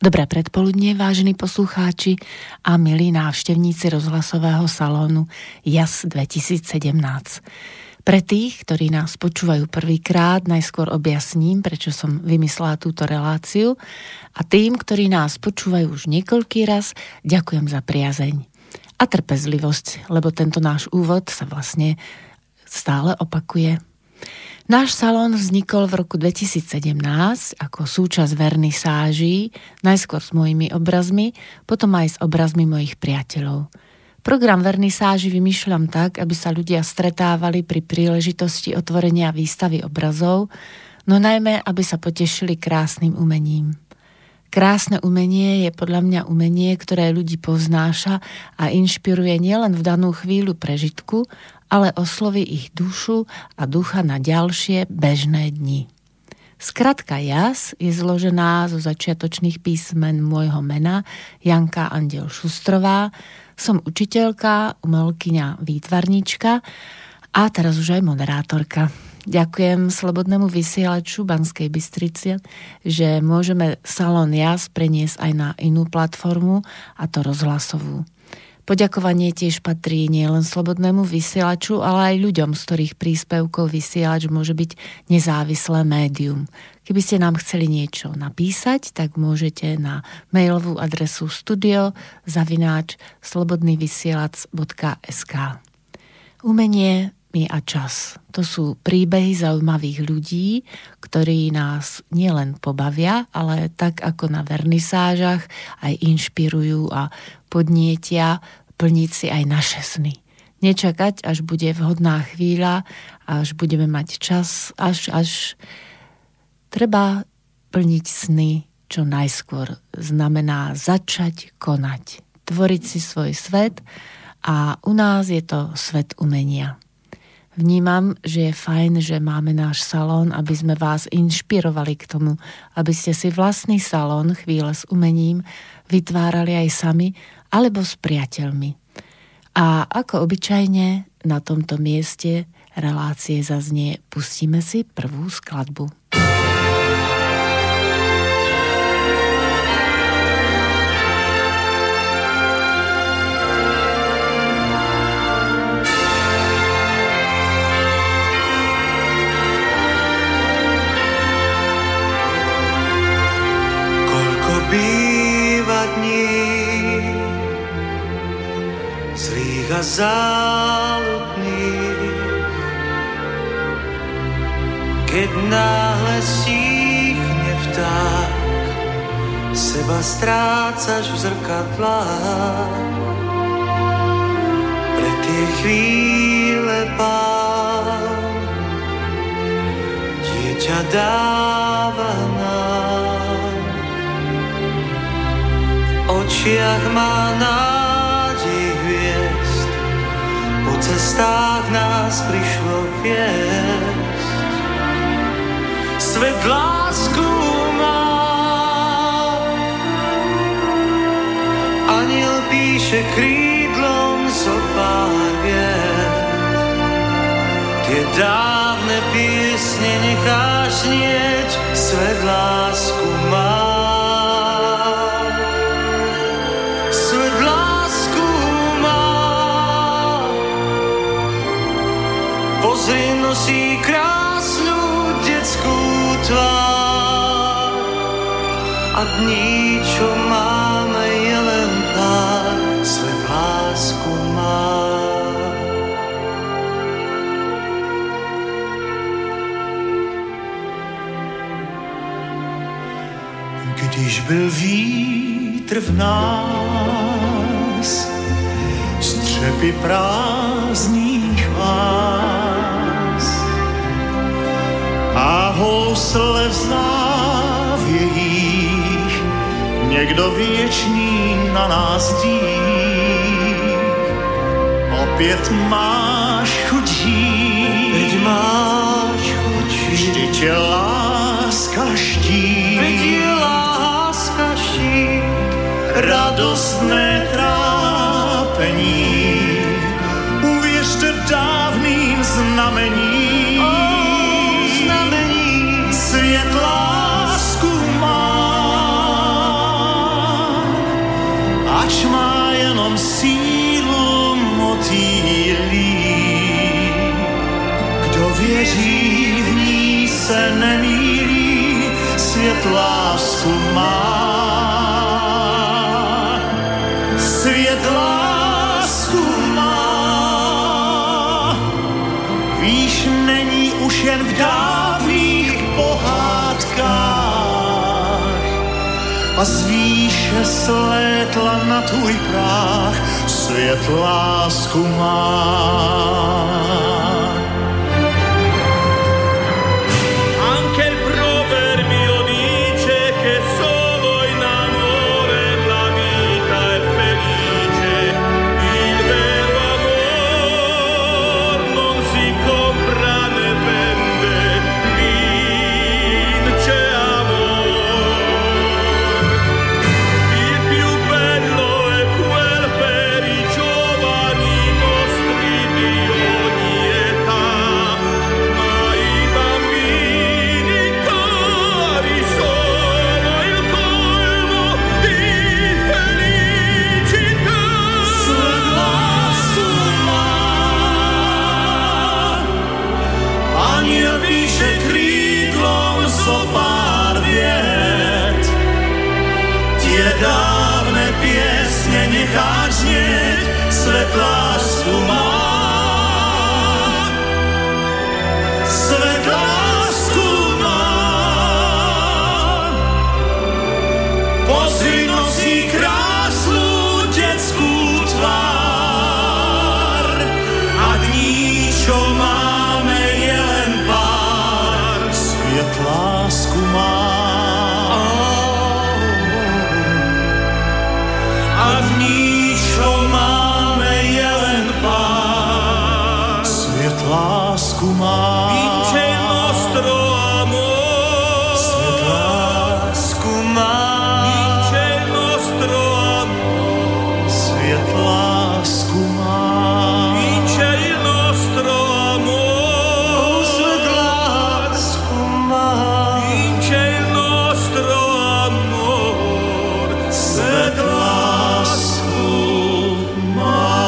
Dobré predpoludnie, vážení poslucháči a milí návštevníci rozhlasového salónu JAS 2017. Pre tých, ktorí nás počúvajú prvýkrát, najskôr objasním, prečo som vymyslela túto reláciu, a tým, ktorí nás počúvajú už niekoľký raz, ďakujem za priazeň a trpezlivosť, lebo tento náš úvod sa vlastne stále opakuje. Náš salón vznikol v roku 2017 ako súčasť vernisáží, najskôr s mojimi obrazmi, potom aj s obrazmi mojich priateľov. Program vernisáži vymýšľam tak, aby sa ľudia stretávali pri príležitosti otvorenia výstavy obrazov, no najmä, aby sa potešili krásnym umením. Krásne umenie je podľa mňa umenie, ktoré ľudí poznáša a inšpiruje nielen v danú chvíľu prežitku, ale osloví ich dušu a ducha na ďalšie bežné dni. Skratka JAS je zložená zo začiatočných písmen môjho mena Janka Andiel Šustrová. Som učiteľka, umelkyňa, výtvarníčka a teraz už aj moderátorka. Ďakujem Slobodnému vysielaču Banskej Bystrici, že môžeme salón JAS preniesť aj na inú platformu, a to rozhlasovú. Poďakovanie tiež patrí nielen Slobodnému vysielaču, ale aj ľuďom, z ktorých príspevkov vysielač môže byť nezávislé médium. Keby ste nám chceli niečo napísať, tak môžete na mailovú adresu studio@slobodnyvysielac.sk. Umenie a čas. To sú príbehy zaujímavých ľudí, ktorí nás nielen pobavia, ale tak ako na vernisážach aj inšpirujú a podnietia plniť si aj naše sny. Nečakať, až bude vhodná chvíľa, až budeme mať čas, až treba plniť sny čo najskôr. Znamená začať konať, tvoriť si svoj svet, a u nás je to svet umenia. Vnímam, že je fajn, že máme náš salón, aby sme vás inšpirovali k tomu, aby ste si vlastný salón Chvíle s umením vytvárali aj sami alebo s priateľmi. A ako obyčajne na tomto mieste relácie zaznie, pustíme si prvú skladbu. Býva dní zlých a záľudných, keď náhle stíchne vták, seba strácaš v zrkadlách. Pre tie chvíle Pán dieťa dáva nám. V očiach má nádej hviezd, po cestách nás prišlo viesť. Svet lásku má, anjel píše krídlom zo pár viet. Tie dávne piesne necháš znieť, svet lásku má. Pozri, nosí krásnu detskú tvár a dní, čo máme, je len pár, svet lásku má. Když byl vítr v nás, střepy prázdných vás a housle v závějích, někdo věčný na nás dí. Opět máš chuť žít, veď máš chuť žít, vždyť je láska štít, veď je láska štít, radostné trápení, uvěřte dávným znamením. Znamení svět lásku má. věří, v ní se nemýlí, svět lásku má. Svět lásku má. Víš, není už jen v dávných pohádkách a z výše slétla na tvůj práh. Svět lásku má. Dávné pěsně necháš znět, svět lásku má. Svět lásku má. Pozri, nosí krásnou dětskou tvár a k ní, čo máme, je len pár. Svět lásku má. Lásku má. Vince il nostro amor. Svět lásku má. Vince il nostro amor. Svět lásku má. Vince il nostro amor. Svět lásku má. Vince il nostro amor. Svět lásku má.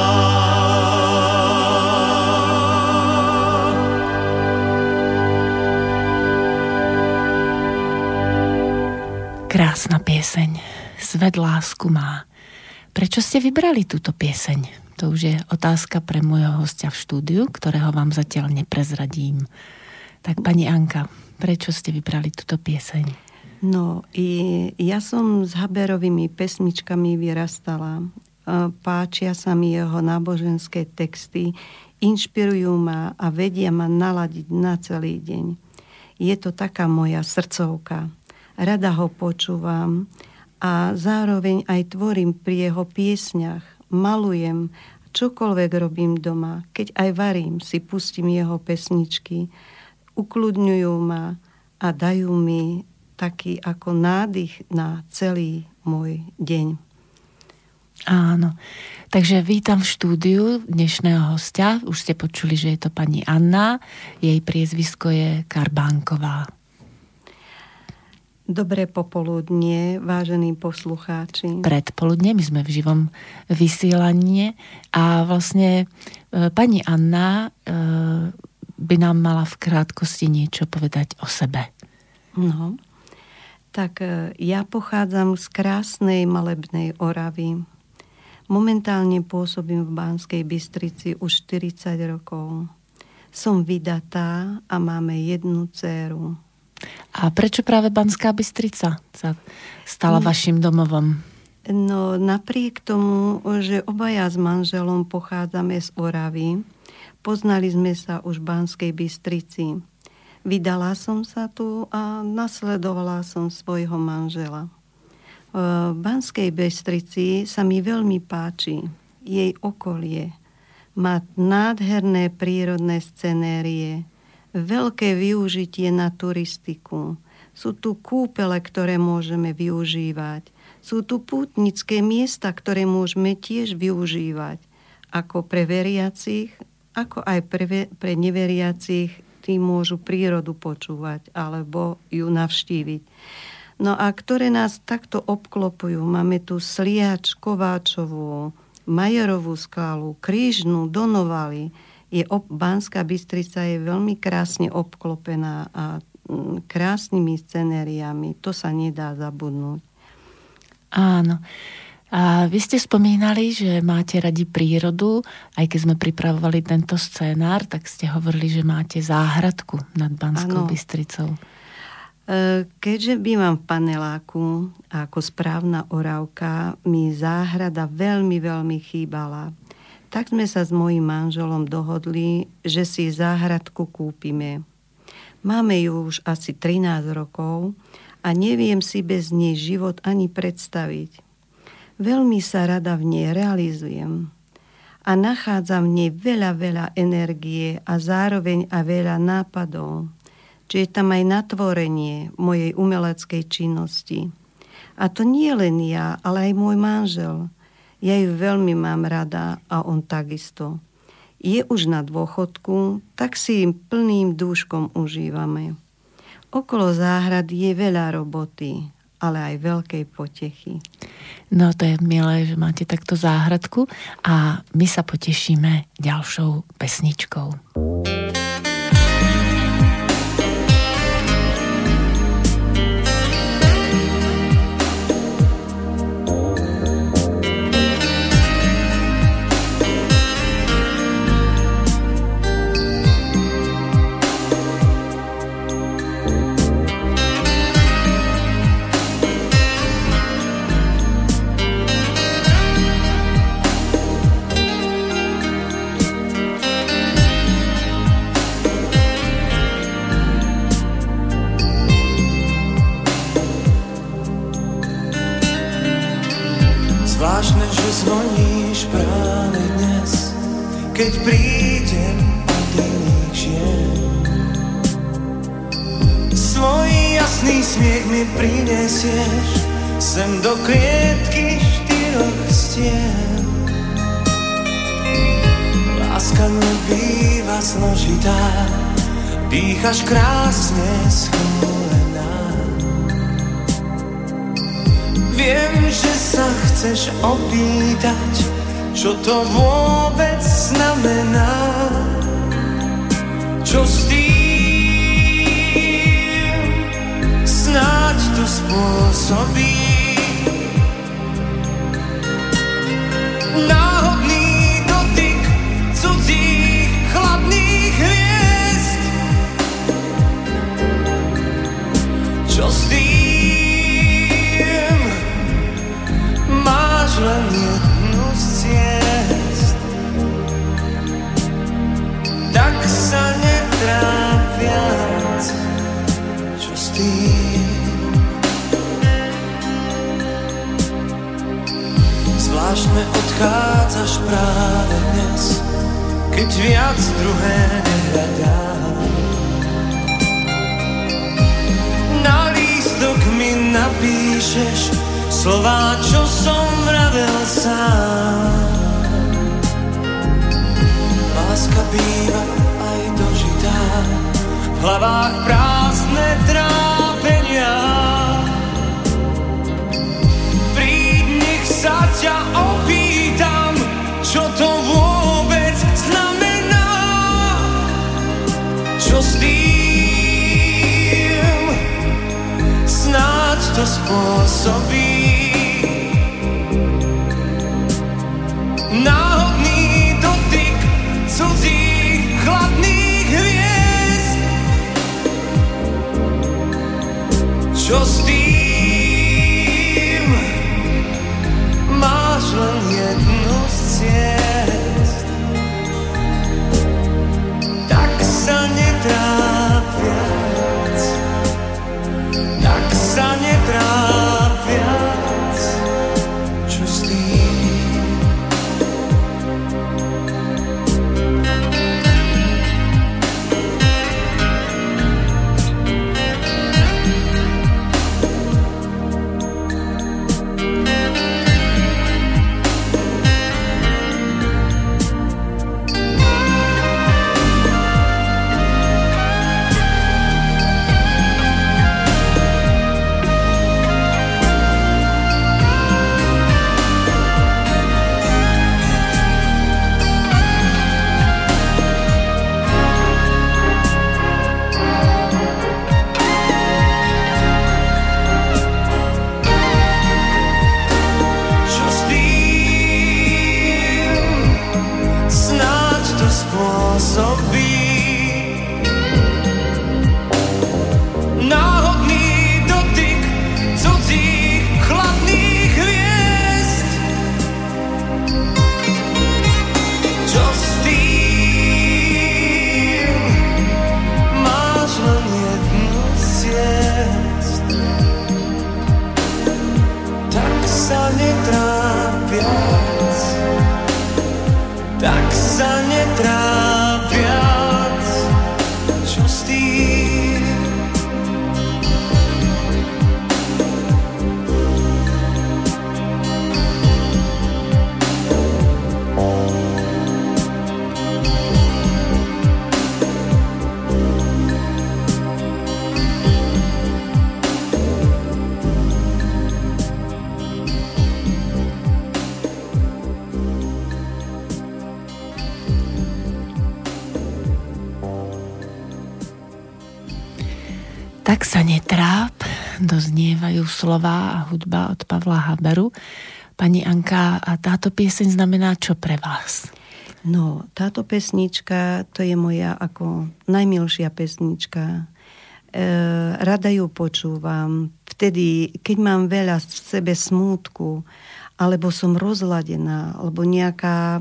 Krásna pieseň. Svet lásku má. Prečo ste vybrali túto pieseň? To už je otázka pre môjho hostia v štúdiu, ktorého vám zatiaľ neprezradím. Tak pani Anka, prečo ste vybrali túto pieseň? No, ja som s Haberovými pesničkami vyrastala. Páčia sa mi jeho náboženské texty, inšpirujú ma a vedia ma naladiť na celý deň. Je to taká moja srdcovka. Rada ho počúvam a zároveň aj tvorím pri jeho piesňach, malujem, čokoľvek robím doma. Keď aj varím, si pustím jeho pesničky, ukľudňujú ma a dajú mi taký ako nádych na celý môj deň. Áno, takže vítam v štúdiu dnešného hostia. Už ste počuli, že je to pani Anna, jej priezvisko je Karbánková. Dobré popoludnie, vážení poslucháči. Predpoludne, my sme v živom vysielaní a vlastne pani Anna by nám mala v krátkosti niečo povedať o sebe. No, tak ja pochádzam z krásnej malebnej Oravy. Momentálne pôsobím v Banskej Bystrici už 40 rokov. Som vydatá a máme jednu dcéru. A prečo práve Banská Bystrica sa stala vašim domovom? No, napriek tomu, že obaja s manželom pochádzame z Oravy, poznali sme sa už v Banskej Bystrici. Vydala som sa tu a nasledovala som svojho manžela. V Banskej Bystrici sa mi veľmi páči jej okolie. Má nádherné prírodné scenérie, veľké využitie na turistiku. Sú tu kúpele, ktoré môžeme využívať. Sú tu pútnické miesta, ktoré môžeme tiež využívať. Ako pre veriacich, ako aj pre neveriacich, tí môžu prírodu počúvať alebo ju navštíviť. No a ktoré nás takto obklopujú, máme tu Sliač, Kováčovú, Majerovú skalu, Krížnu, Donovaly. Banská Bystrica je veľmi krásne obklopená a krásnymi scenériami. To sa nedá zabudnúť. Áno. A vy ste spomínali, že máte radi prírodu. Aj keď sme pripravovali tento scénár, tak ste hovorili, že máte záhradku nad Banskou Bystricou. Keďže bývam v paneláku a ako správna Oravka mi záhrada veľmi, veľmi chýbala, tak sme sa s mojím manželom dohodli, že si záhradku kúpime. Máme ju už asi 13 rokov a neviem si bez nej život ani predstaviť. Veľmi sa rada v nej realizujem a nachádzam v nej veľa, veľa energie a zároveň a veľa nápadov. Čiže je tam aj natvorenie mojej umeleckej činnosti. A to nie len ja, ale aj môj manžel. Ja ju veľmi mám rada a on takisto. Je už na dôchodku, tak si im plným dúškom užívame. Okolo záhrady je veľa roboty, ale aj veľkej potechy. No to je milé, že máte takto záhradku a my sa potešíme ďalšou pesničkou. Zvláštne, že zvoníš práve dnes, keď prídem od iných žien. Svoj jasný smiech mi prinesieš sem do klietky 4 stien. Láska nebýva zložitá, dýchaš krásne schúlená. Viem, že sa chceš opýtať, čo to vôbec znamená. Čo s tým snáď to spôsobí náhodný dotyk cudzích chladných hviezd. Čo s tým máš len jednu z ciest, tak sa netráp viac. Čo s tým? Zvláštne odchádzaš práve dnes, keď viac druhé nehľadám. Na lístok mi napíšeš slová, čo som vravel sám. Láska býva aj dožitá, v hlavách prázdne trápenia. Príď, nech sa ťa opýtam, čo to vôbec znamená. Čo s tým snáď to spôsobí náhodný dotyk cudzích chladných hviezd. Čo s tým? Máš len jednu z ciest, tak sa netráp viac. Tak sa netráp viac. zásobí. Náhodný dotyk cudzích chladných hviezd. Čo s tým? Máš len jednu siesť. Tak sa netrápiac, tak sa netrápiac. Čo s tým? Tak sa netráp, doznievajú slová a hudba od Pavla Haberu. Pani Anka, a táto pieseň znamená čo pre vás? No, táto pesnička, to je moja ako najmilšia pesnička. Rada ju počúvam. Vtedy, keď mám veľa v sebe smútku, alebo som rozladená, alebo nejaká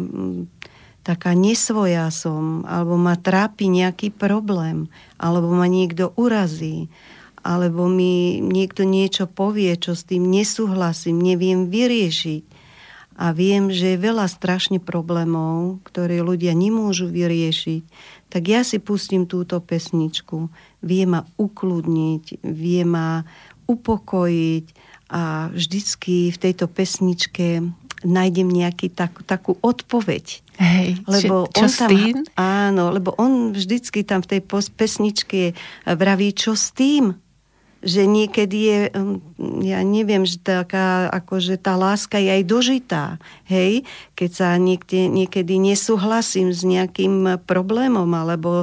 taká nesvoja som, alebo ma trápi nejaký problém, alebo ma niekto urazí, alebo mi niekto niečo povie, čo s tým nesúhlasím, neviem vyriešiť. A viem, že je veľa strašne problémov, ktoré ľudia nemôžu vyriešiť, tak ja si pustím túto pesničku. Vie ma ukludniť, vie ma upokojiť a vždycky v tejto pesničke nájdem takú odpoveď. Hej, lebo čo s tým? Áno, lebo on vždycky tam v tej pesničke vraví, čo s tým? Že niekedy je, ja neviem, že taká, akože tá láska je aj dožitá. Hej? Keď sa niekedy nesúhlasím s nejakým problémom, alebo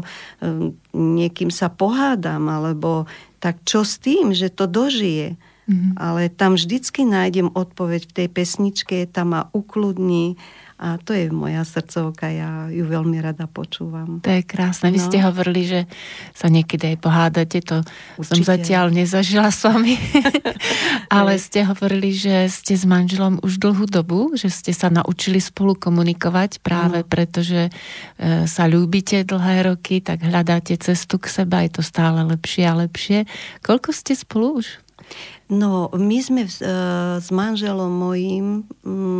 niekým sa pohádam, alebo tak čo s tým, že to dožije? Mm-hmm. Ale tam vždycky nájdem odpoveď v tej pesničke, tam ma ukludní a to je moja srdcovka, ja ju veľmi rada počúvam. To je krásne. Vy ste hovorili, že sa niekedy aj pohádate, to určite som zatiaľ nezažila s vami. Ale ste hovorili, že ste s manželom už dlhú dobu, že ste sa naučili spolu komunikovať práve preto, že sa ľúbite dlhé roky, tak hľadáte cestu k sebe, je to stále lepšie a lepšie. Koľko ste spolu už? No, my sme s manželom mojím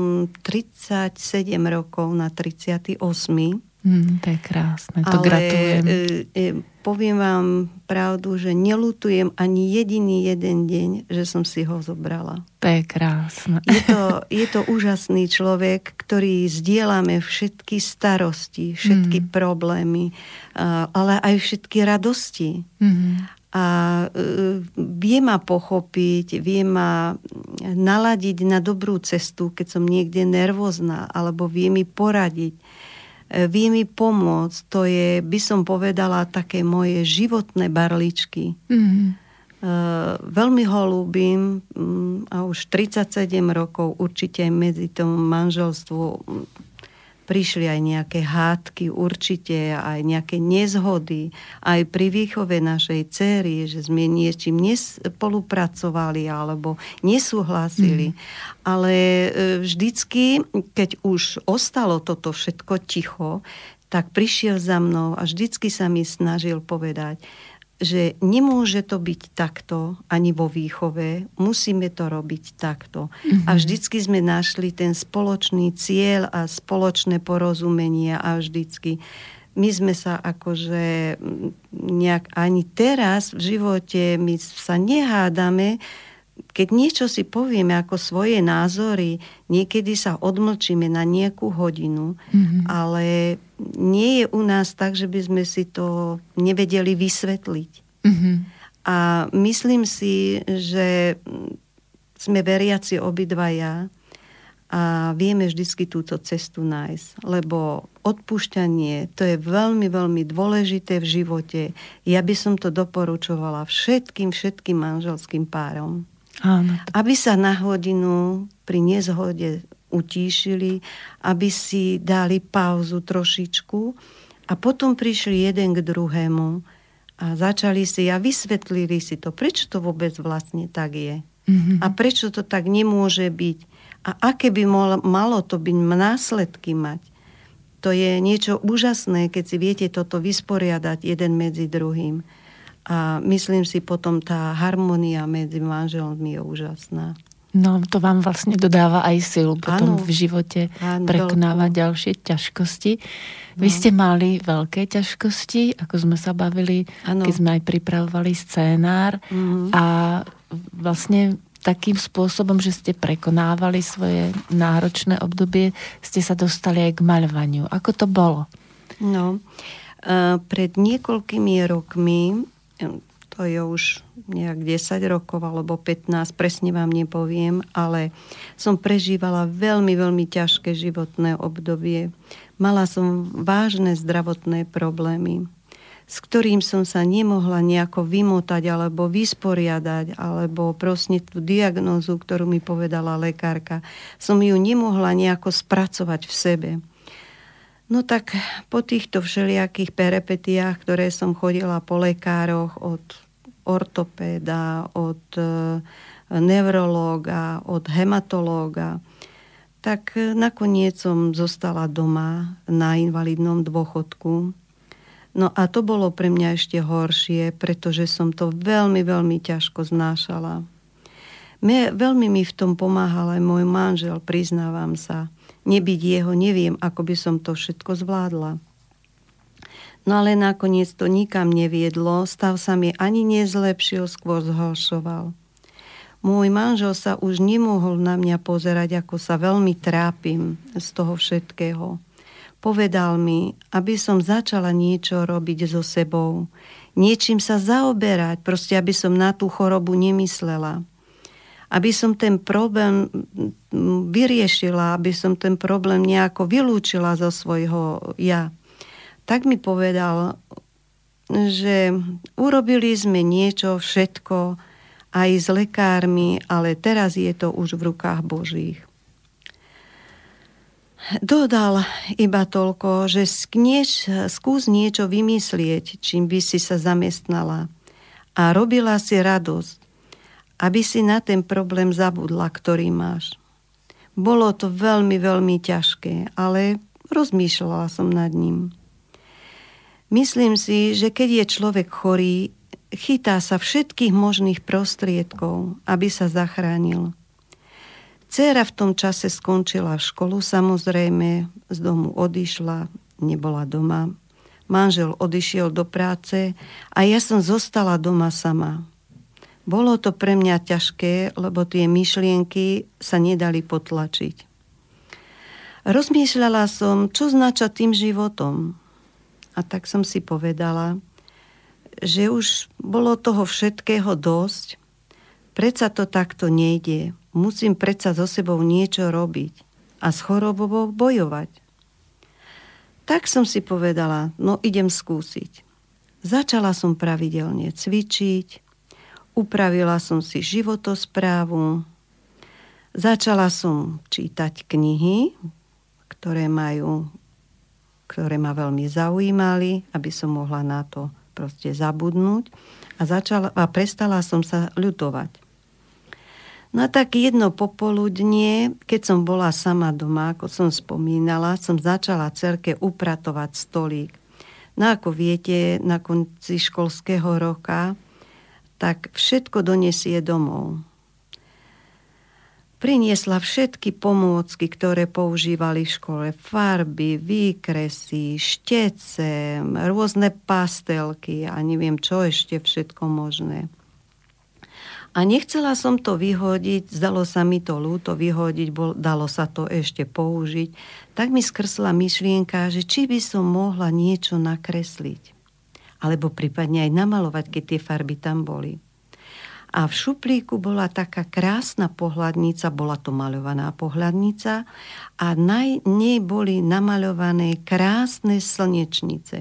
37 rokov na 38. To je krásne, to gratulujem. Poviem vám pravdu, že neľutujem ani jediný jeden deň, že som si ho zobrala. To je krásne. Je to úžasný človek, ktorý zdieľame všetky starosti, všetky problémy, ale aj všetky radosti. A vie ma pochopiť, vie ma naladiť na dobrú cestu, keď som niekde nervózna, alebo vie mi poradiť, vie mi pomôcť. To je, by som povedala, také moje životné barličky. Veľmi ho ľúbim a už 37 rokov určite aj medzi tomu manželstvu prišli aj nejaké hádky, určite aj nejaké nezhody, aj pri výchove našej dcery, že sme niečím nespolupracovali alebo nesúhlasili. Ale vždycky, keď už ostalo toto všetko ticho, tak prišiel za mnou a vždycky sa mi snažil povedať, že nemôže to byť takto ani vo výchove, musíme to robiť takto. A vždycky sme našli ten spoločný cieľ a spoločné porozumenie a vždycky my sme sa akože nejak ani teraz v živote my sa nehádame, keď niečo si povieme ako svoje názory, niekedy sa odmlčíme na nejakú hodinu, ale nie je u nás tak, že by sme si to nevedeli vysvetliť. A myslím si, že sme veriaci obidvaja a vieme vždycky túto cestu nájsť, lebo odpúšťanie, to je veľmi, veľmi dôležité v živote. Ja by som to doporučovala všetkým manželským párom. Áno. Aby sa na hodinu pri nezhode utíšili, aby si dali pauzu trošičku A potom prišli jeden k druhému a začali si a vysvetlili si to, prečo to vôbec vlastne tak je. Mm-hmm. A prečo to tak nemôže byť. A aké by malo to byť následky mať. To je niečo úžasné, keď si viete toto vysporiadať jeden medzi druhým. A myslím si, potom tá harmonia medzi manželmi je úžasná. No, to vám vlastne dodáva aj silu potom v živote prekonávať ďalšie ťažkosti. Vy ste mali veľké ťažkosti, ako sme sa bavili, keď sme aj pripravovali scénár. A vlastne takým spôsobom, že ste prekonávali svoje náročné obdobie, ste sa dostali aj k maľovaniu. Ako to bolo? No, pred niekoľkými rokmi, to je už nejak 10 rokov alebo 15, presne vám nepoviem, ale som prežívala veľmi, veľmi ťažké životné obdobie. Mala som vážne zdravotné problémy, s ktorým som sa nemohla nejako vymotať alebo vysporiadať, alebo proste tú diagnózu, ktorú mi povedala lekárka, som ju nemohla nejako spracovať v sebe. No tak po týchto všelijakých peripetiách, ktoré som chodila po lekároch od ortopéda, od neurológa, od hematológa, tak nakoniec som zostala doma na invalidnom dôchodku. No a to bolo pre mňa ešte horšie, pretože som to veľmi, veľmi ťažko znášala. Veľmi mi v tom pomáhal aj môj manžel, priznávam sa. Nebyť jeho, neviem, ako by som to všetko zvládla. No ale nakoniec to nikam neviedlo, stav sa mi ani nezlepšil, skôr zhoršoval. Môj manžel sa už nemohol na mňa pozerať, ako sa veľmi trápim z toho všetkého. Povedal mi, aby som začala niečo robiť so sebou, niečím sa zaoberať, proste aby som na tú chorobu nemyslela. Aby som ten problém vyriešila, aby som ten problém nejako vylúčila zo svojho ja. Tak mi povedal, že urobili sme niečo, všetko, aj s lekármi, ale teraz je to už v rukách Božích. Dodal iba toľko, že skús niečo vymyslieť, čím by si sa zamestnala. A robila si radosť, aby si na ten problém zabudla, ktorý máš. Bolo to veľmi, veľmi ťažké, ale rozmýšľala som nad ním. Myslím si, že keď je človek chorý, chytá sa všetkých možných prostriedkov, aby sa zachránil. Dcéra v tom čase skončila školu, samozrejme, z domu odišla, nebola doma. Manžel odišiel do práce a ja som zostala doma sama. Bolo to pre mňa ťažké, lebo tie myšlienky sa nedali potlačiť. Rozmýšľala som, čo znača tým životom. A tak som si povedala, že už bolo toho všetkého dosť. Predsa to takto nejde. Musím predsa so sebou niečo robiť a s chorobou bojovať. Tak som si povedala, no idem skúsiť. Začala som pravidelne cvičiť, upravila som si životosprávu, začala som čítať knihy, ktoré ma veľmi zaujímali, aby som mohla na to proste zabudnúť a prestala som sa ľutovať. No a tak jedno popoludnie, keď som bola sama doma, ako som spomínala, som začala dcerke upratovať stolík. No ako viete, na konci školského roka, tak všetko donesie domov. Priniesla všetky pomôcky, ktoré používali v škole. Farby, výkresy, štece, rôzne pastelky a neviem čo ešte všetko možné. A nechcela som to vyhodiť, zdalo sa mi to ľúto vyhodiť, dalo sa to ešte použiť. Tak mi skrsla myšlienka, že či by som mohla niečo nakresliť. Alebo prípadne aj namalovať, keď tie farby tam boli. A v šuplíku bola taká krásna pohľadnica, bola to maľovaná pohľadnica a na nej boli namaľované krásne slnečnice.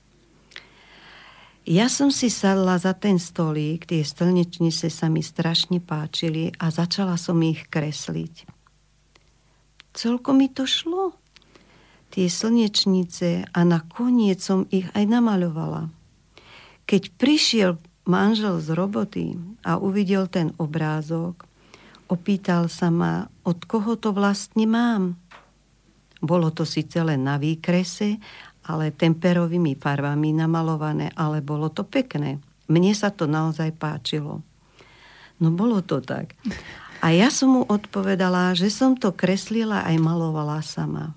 Ja som si sadla za ten stolík, tie slnečnice sa mi strašne páčili a začala som ich kresliť. Celkom mi to šlo. tie slnečnice a nakoniec som ich aj namaľovala. Keď prišiel manžel z roboty a uvidel ten obrázok, opýtal sa ma, od koho to vlastne mám. Bolo to síce len na výkrese, ale temperovými farbami namalované, ale bolo to pekné. Mne sa to naozaj páčilo. No bolo to tak. A ja som mu odpovedala, že som to kreslila aj malovala sama.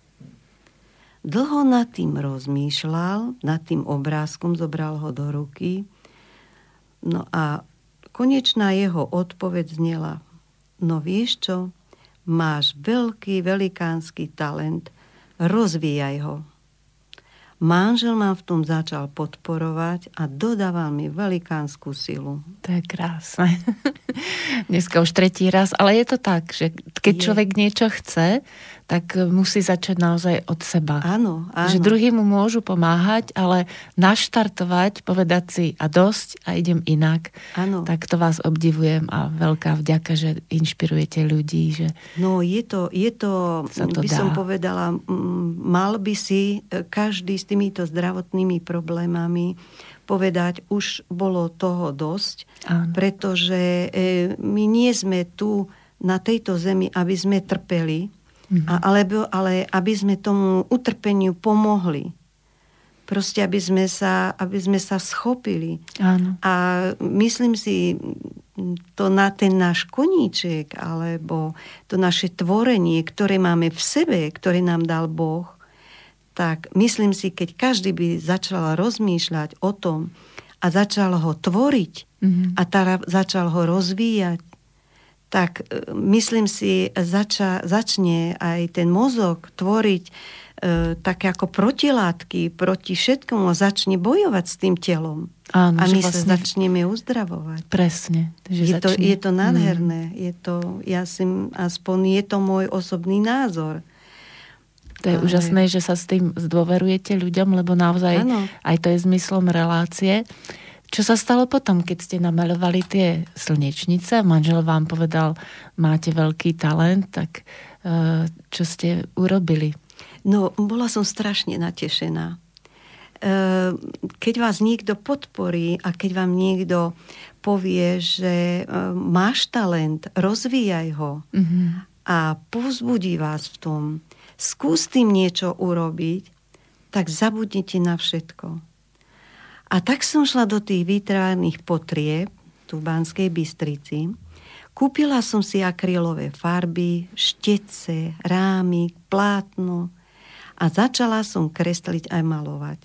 Dlho nad tým rozmýšľal, nad tým obrázkom, zobral ho do ruky. No a konečná jeho odpoveď znela, no vieš čo, máš veľký, velikánsky talent, rozvíjaj ho. Manžel ma v tom začal podporovať a dodával mi velikánsku silu. To je krásne. Dneska už 3. raz, ale je to tak, že keď človek niečo chce, tak musí začať naozaj od seba. Áno, áno. Že druhí mu môžu pomáhať, ale naštartovať, povedať si a dosť a idem inak. Áno. Tak to vás obdivujem a veľká vďaka, že inšpirujete ľudí. Že no je to by som povedala, mal by si každý s týmito zdravotnými problémami povedať, už bolo toho dosť, áno. Pretože my nie sme tu na tejto zemi, aby sme trpeli, ale aby sme tomu utrpeniu pomohli. Proste, aby sme sa schopili. Áno. A myslím si, to na ten náš koníček, alebo to naše tvorenie, ktoré máme v sebe, ktoré nám dal Boh, tak myslím si, keď každý by začal rozmýšľať o tom a začal ho tvoriť a začal ho rozvíjať, tak myslím si, začne aj ten mozog tvoriť také ako protilátky proti všetkomu a začne bojovať s tým telom. Áno, a my sa začneme uzdravovať. Presne. Je to nádherné. Aspoň je to môj osobný názor. To je úžasné, že sa s tým zdôverujete ľuďom, lebo naozaj aj to je zmyslom relácie. Čo sa stalo potom, keď ste namaľovali tie slnečnice? Manžel vám povedal, máte veľký talent, tak čo ste urobili? No, bola som strašne natešená. Keď vás niekto podporí a keď vám niekto povie, že máš talent, rozvíjaj ho a povzbudí vás v tom, skús tým niečo urobiť, tak zabudnite na všetko. A tak som šla do tých výtvarných potrieb tu v Banskej Bystrici. Kúpila som si akrylové farby, štece, rámy, plátno a začala som kresliť aj malovať.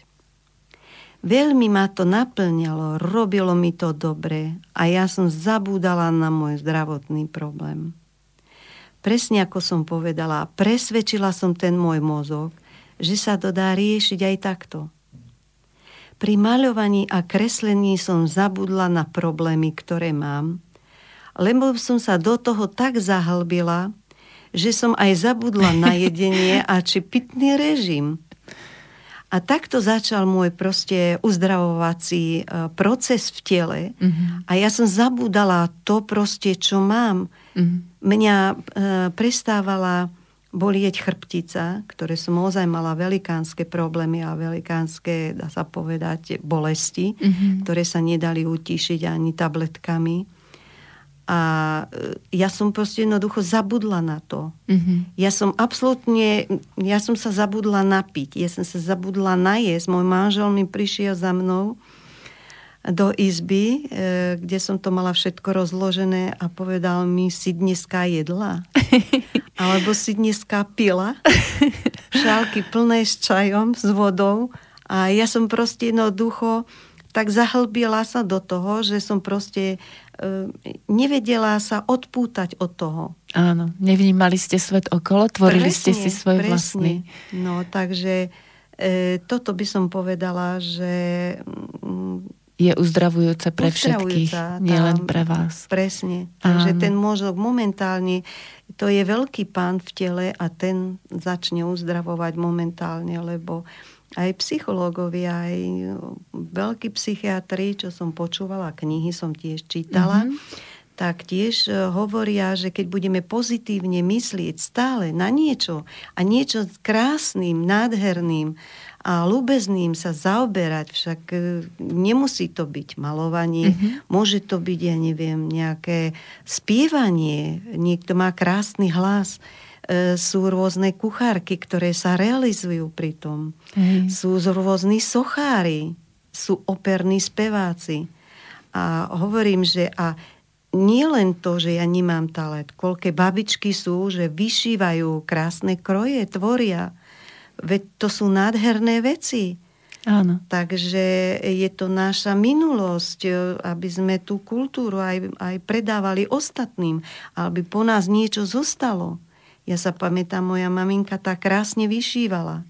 Veľmi ma to naplňalo, robilo mi to dobre a ja som zabúdala na môj zdravotný problém. Presne ako som povedala, presvedčila som ten môj mozog, že sa to dá riešiť aj takto. Pri maľovaní a kreslení som zabudla na problémy, ktoré mám, lebo som sa do toho tak zahlbila, že som aj zabudla na jedenie a či pitný režim. A takto začal môj proste uzdravovací proces v tele a ja som zabudala to proste, čo mám. Mňa prestávala bolieť chrbtica, ktoré som ozaj mala velikánske problémy a velikánske, dá sa povedať, bolesti, ktoré sa nedali utíšiť ani tabletkami. A ja som proste jednoducho zabudla na to. Ja som sa zabudla napiť, ja som sa zabudla najesť. Môj manžel mi prišiel za mnou do izby, kde som to mala všetko rozložené a povedal mi, si dneska jedla? Alebo si dneska pila? Šálky plné s čajom, s vodou. A ja som proste jednoducho tak zahlbila sa do toho, že som proste nevedela sa odpútať od toho. Áno, nevnímali ste svet okolo, tvorili ste si svoj vlastný. No, takže toto by som povedala, že je uzdravujúce pre všetkých, nielen pre vás. Presne. Takže ten mozog momentálne, to je veľký pán v tele a ten začne uzdravovať momentálne, lebo aj psychológovia, aj veľkí psychiatri, čo som počúvala, knihy som tiež čítala, tak tiež hovoria, že keď budeme pozitívne myslieť stále na niečo a niečo krásnym, nádherným a ľúbezným sa zaoberať, však nemusí to byť malovanie, môže to byť, ja neviem, nejaké spievanie, niekto má krásny hlas, sú rôzne kuchárky, ktoré sa realizujú pri tom, sú rôzni sochári, sú operní speváci. A hovorím, že a nie len to, že ja nemám talent, koľké babičky sú, že vyšívajú krásne kroje, tvoria. Veď to sú nádherné veci. Áno. Takže je to naša minulosť, aby sme tú kultúru aj predávali ostatným, aby po nás niečo zostalo. Ja sa pamätám, moja maminka tá krásne vyšívala.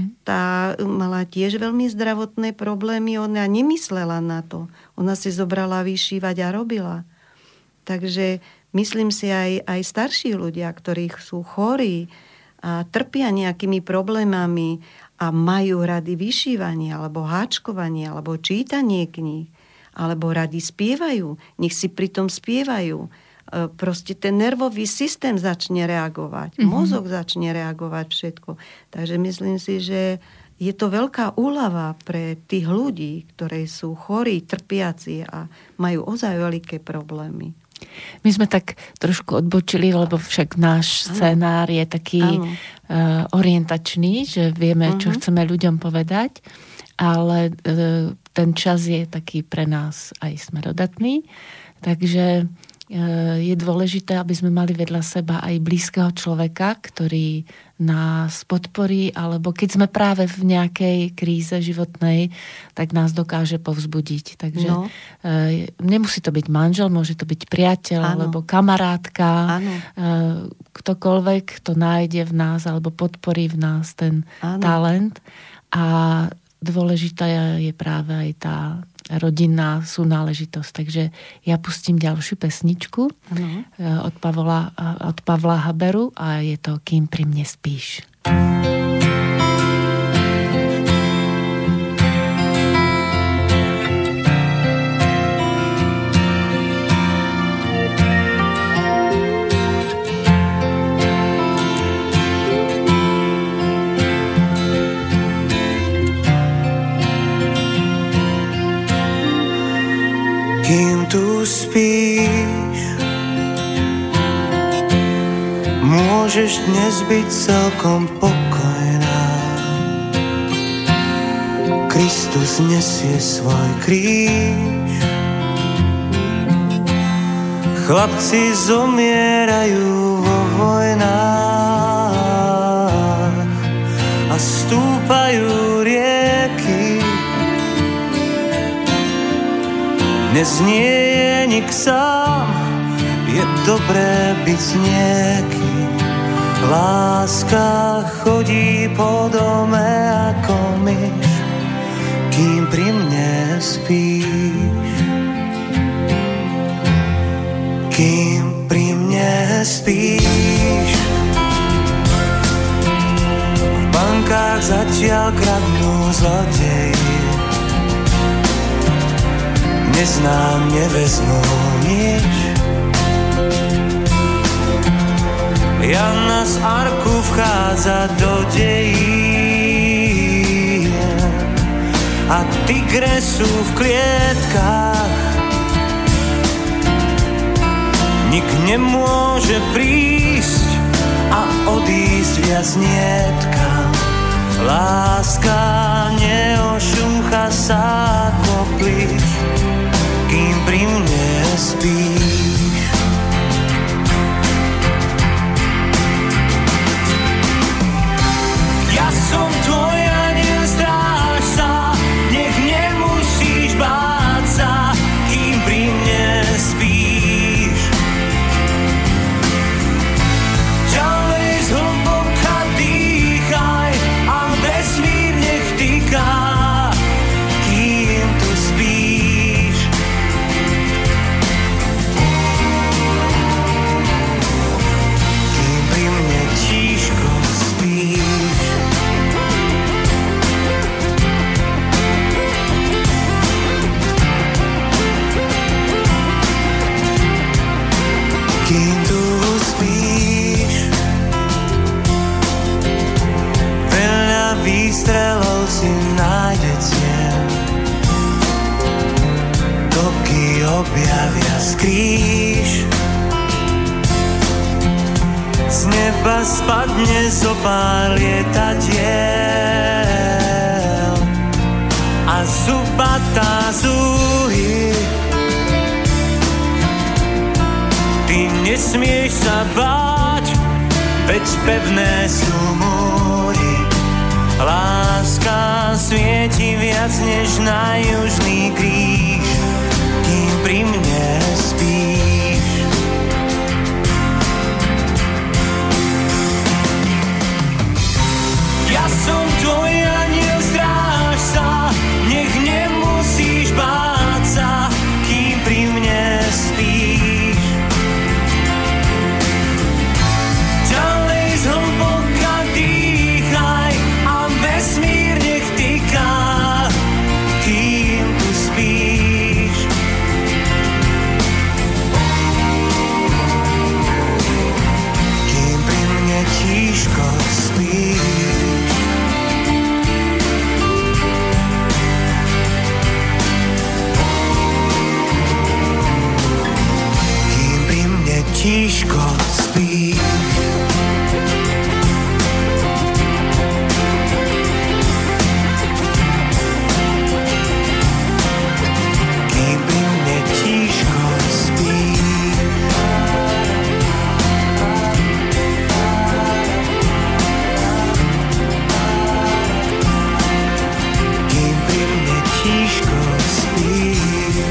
Tá mala tiež veľmi zdravotné problémy, ona nemyslela na to. Ona si zobrala vyšívať a robila. Takže myslím si aj starší ľudia, ktorí sú chorí a trpia nejakými problémami a majú rady vyšívanie, alebo háčkovanie, alebo čítanie kníh, alebo rady spievajú, nech si pritom spievajú. Proste ten nervový systém začne reagovať, mozog začne reagovať všetko. Takže myslím si, že je to veľká úľava pre tých ľudí, ktorí sú chorí, trpiaci a majú ozaj veľké problémy. My sme tak trošku odbočili, lebo však náš scenár je taký orientačný, že vieme, čo chceme ľuďom povedať, ale ten čas je taký pre nás aj smerodatný, takže je dôležité, aby sme mali vedľa seba aj blízkeho človeka, ktorý nás podporí, alebo keď sme práve v nejakej kríze životnej, tak nás dokáže povzbudiť. Takže nemusí to byť manžel, môže to byť priateľ, alebo kamarátka, ktokoľvek to nájde v nás, alebo podporí v nás ten talent. A dôležitá je práve aj tá rodinná súnáležitosť. Takže ja pustím ďalšiu pesničku od Pavla Haberu a je to Kým pri mne spíš. Kým tu spíš, môžeš dnes byť celkom pokojná. Kristus nesie svoj kríž. Chlapci zomierajú vo vojnách a stúpajú rieky. Dnes nie je nik sám, je dobré byť s niekým. Láska chodí po dome ako myš, kým pri mne spíš. Kým pri mne spíš. V bankách zatiaľ kradnú zlodeji, neznám, nevezmú nič. Jana z arku vchádza do dejín a tigre sú v klietkách. Nik nemôže prísť a odísť viac nietkam. Láska neošúcha sa ako plíš, kým pri mne spíš. Ja som tvoj aniel, stráž sa, nech nemusíš báť sa, kým pri mne spíš. Ďalej zhlboka dýchaj a vesmír nech týka, kým tu spíš. Objavia skrýš, z neba spadne zopár lietadiel a zubatá zúhy. Ty nesmieš sa báť, veď pevné sú múry. Láska svieti viac než na južný kríž, kým pri mne spíš. Ja som tvoj aniel, strážca, nech nemusíš báť sa, kým pri mne spíš. Ďalej zhlboka dýchaj a vesmír nech tyká, kým tu spíš. Kým pri mne tížko spíš. Tížko spíš. Kým pri mne tížko spíš. Kým pri mne tížko spíš.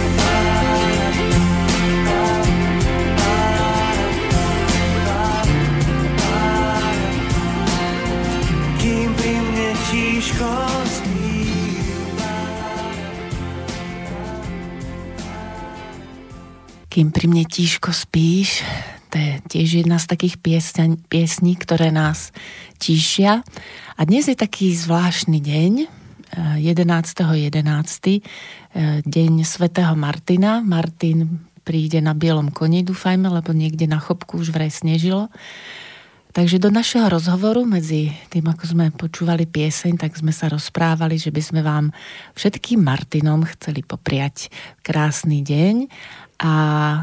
Kým pri mne tížko spíš, to je tiež jedna z takých piesní, ktoré nás tíšia. A dnes je taký zvláštny deň, 11.11., deň svätého Martina. Martin príde na bielom koni, dúfajme, lebo niekde na chopku už vraj snežilo. Takže do našeho rozhovoru medzi tým, ako sme počúvali pieseň, tak sme sa rozprávali, že by sme vám všetkým Martinom chceli popriať krásny deň a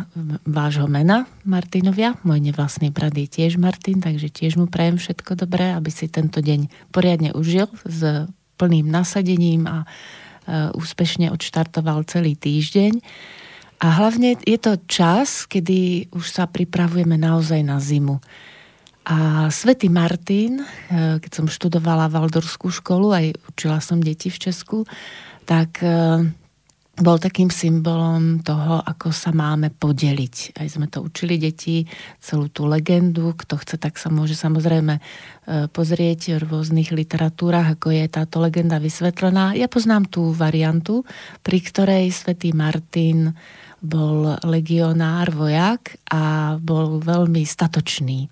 vášho mena Martinovia. Môj nevlastný brat je tiež Martin, takže tiež mu prajem všetko dobré, aby si tento deň poriadne užil s plným nasadením a úspešne odštartoval celý týždeň. A hlavne je to čas, kedy už sa pripravujeme naozaj na zimu. A svätý Martin, keď som študovala Valdorskú školu, aj učila som deti v Česku, tak bol takým symbolom toho, ako sa máme podeliť. Aj sme to učili deti, celú tú legendu. Kto chce, tak sa môže samozrejme pozrieť v rôznych literatúrach, ako je táto legenda vysvetlená. Ja poznám tú variantu, pri ktorej svätý Martin bol legionár, vojak a bol veľmi statočný.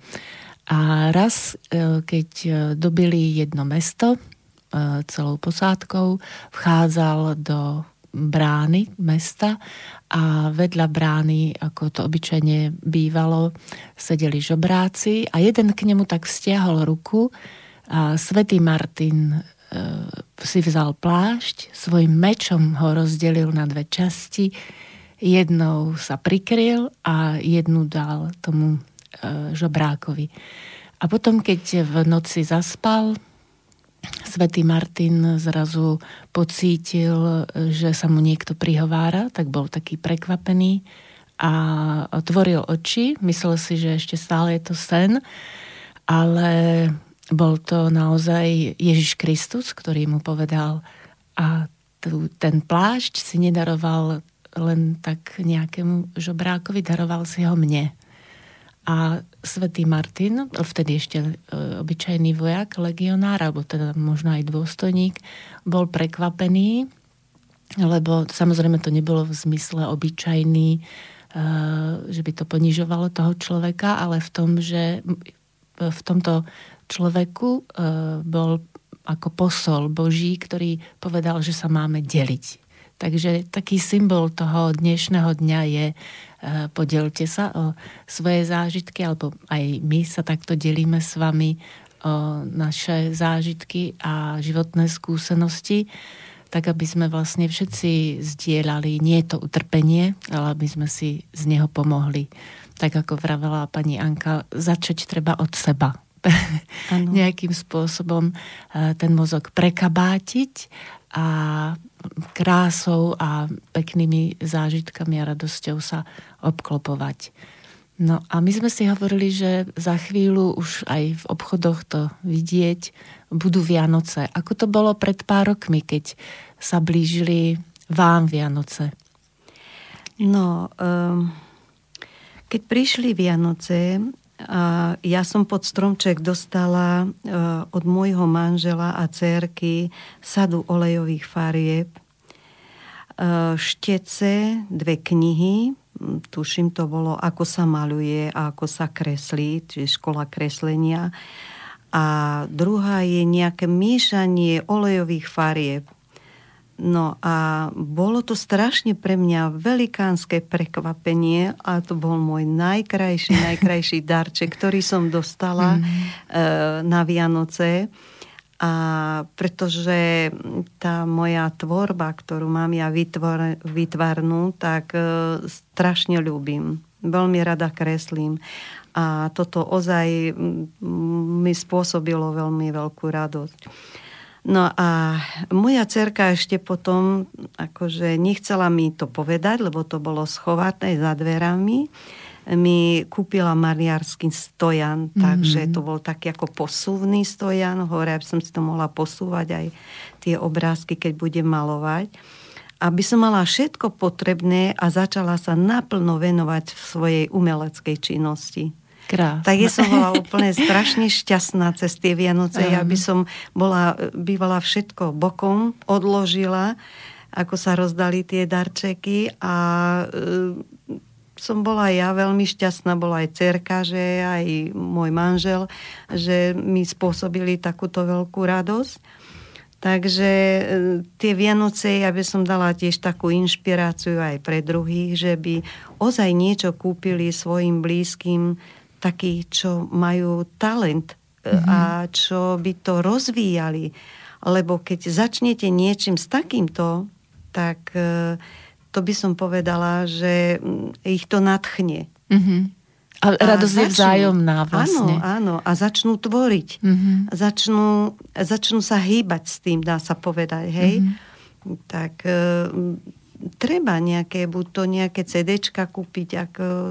A raz, keď dobili jedno mesto celou posádkou, vchádzal do brány mesta a vedľa brány, ako to obyčajne bývalo, sedeli žobráci a jeden k nemu tak stiahol ruku a svätý Martin si vzal plášť, svojim mečom ho rozdelil na dve časti, jednou sa prikryl a jednu dal tomu žobrákovi. A potom, keď v noci zaspal, svätý Martin zrazu pocítil, že sa mu niekto prihovára, tak bol taký prekvapený a otvoril oči. Myslel si, že ešte stále je to sen, ale bol to naozaj Ježiš Kristus, ktorý mu povedal: a ten plášť si nedaroval len tak nejakému žobrákovi, daroval si ho mne. A svätý Martin, vtedy ešte obyčajný vojak, legionár, alebo teda možno aj dôstojník, bol prekvapený, lebo samozrejme to nebolo v zmysle obyčajný, že by to ponižovalo toho človeka, ale v tom, že v tomto človeku bol ako posol Boží, ktorý povedal, že sa máme deliť. Takže taký symbol toho dnešného dňa je: podielte sa o svoje zážitky, alebo aj my sa takto delíme s vami o naše zážitky a životné skúsenosti. tak aby sme vlastne všetci zdieľali nie to utrpenie, ale aby sme si z neho pomohli. Tak ako vravela pani Anka, začať treba od seba. Nejakým spôsobom ten mozog prekabátiť a krásou a peknými zážitkami a radosťou sa obklopovať. No a my sme si hovorili, že za chvíľu už aj v obchodoch to vidieť, budú Vianoce. Ako to bolo pred pár rokmi, keď sa blížili vám Vianoce? No, keď prišli Vianoce, ja som pod stromček dostala od môjho manžela a dcérky sadu olejových farieb, štece, 2 knihy, tuším to bolo Ako sa maľuje a ako sa kreslí, čiže škola kreslenia. A druhá je nejaké miešanie olejových farieb. No a bolo to strašne pre mňa velikánske prekvapenie a to bol môj najkrajší darček, ktorý som dostala na Vianoce. A pretože tá moja tvorba, ktorú mám ja vytvarnú, tak strašne ľúbim. Veľmi rada kreslím. A toto ozaj mi spôsobilo veľmi veľkú radosť. No a moja dcerka ešte potom akože nechcela mi to povedať, lebo to bolo schovaté za dverami. Mi kúpila maliarský stojan, takže to bol taký ako posuvný stojan, hore, aby som si to mohla posúvať aj tie obrázky, keď budem malovať. Aby som mala všetko potrebné a začala sa naplno venovať v svojej umeleckej činnosti. Krásne. Tak ja som bola úplne strašne šťastná cez tie Vianoce. Ja by som bývala všetko bokom, odložila, ako sa rozdali tie darčeky a som bola ja veľmi šťastná, bola aj dcerka, že aj môj manžel, že mi spôsobili takúto veľkú radosť. Takže tie Vianoce, ja by som dala tiež takú inšpiráciu aj pre druhých, že by ozaj niečo kúpili svojim blízkym, takí, čo majú talent a čo by to rozvíjali. Lebo keď začnete niečím s takýmto, tak to by som povedala, že ich to nadchne. A radosť je vzájomná vlastne. Áno. A začnú tvoriť. Začnú sa hýbať s tým, dá sa povedať. Hej? Tak treba buď to nejaké CDčka kúpiť, ak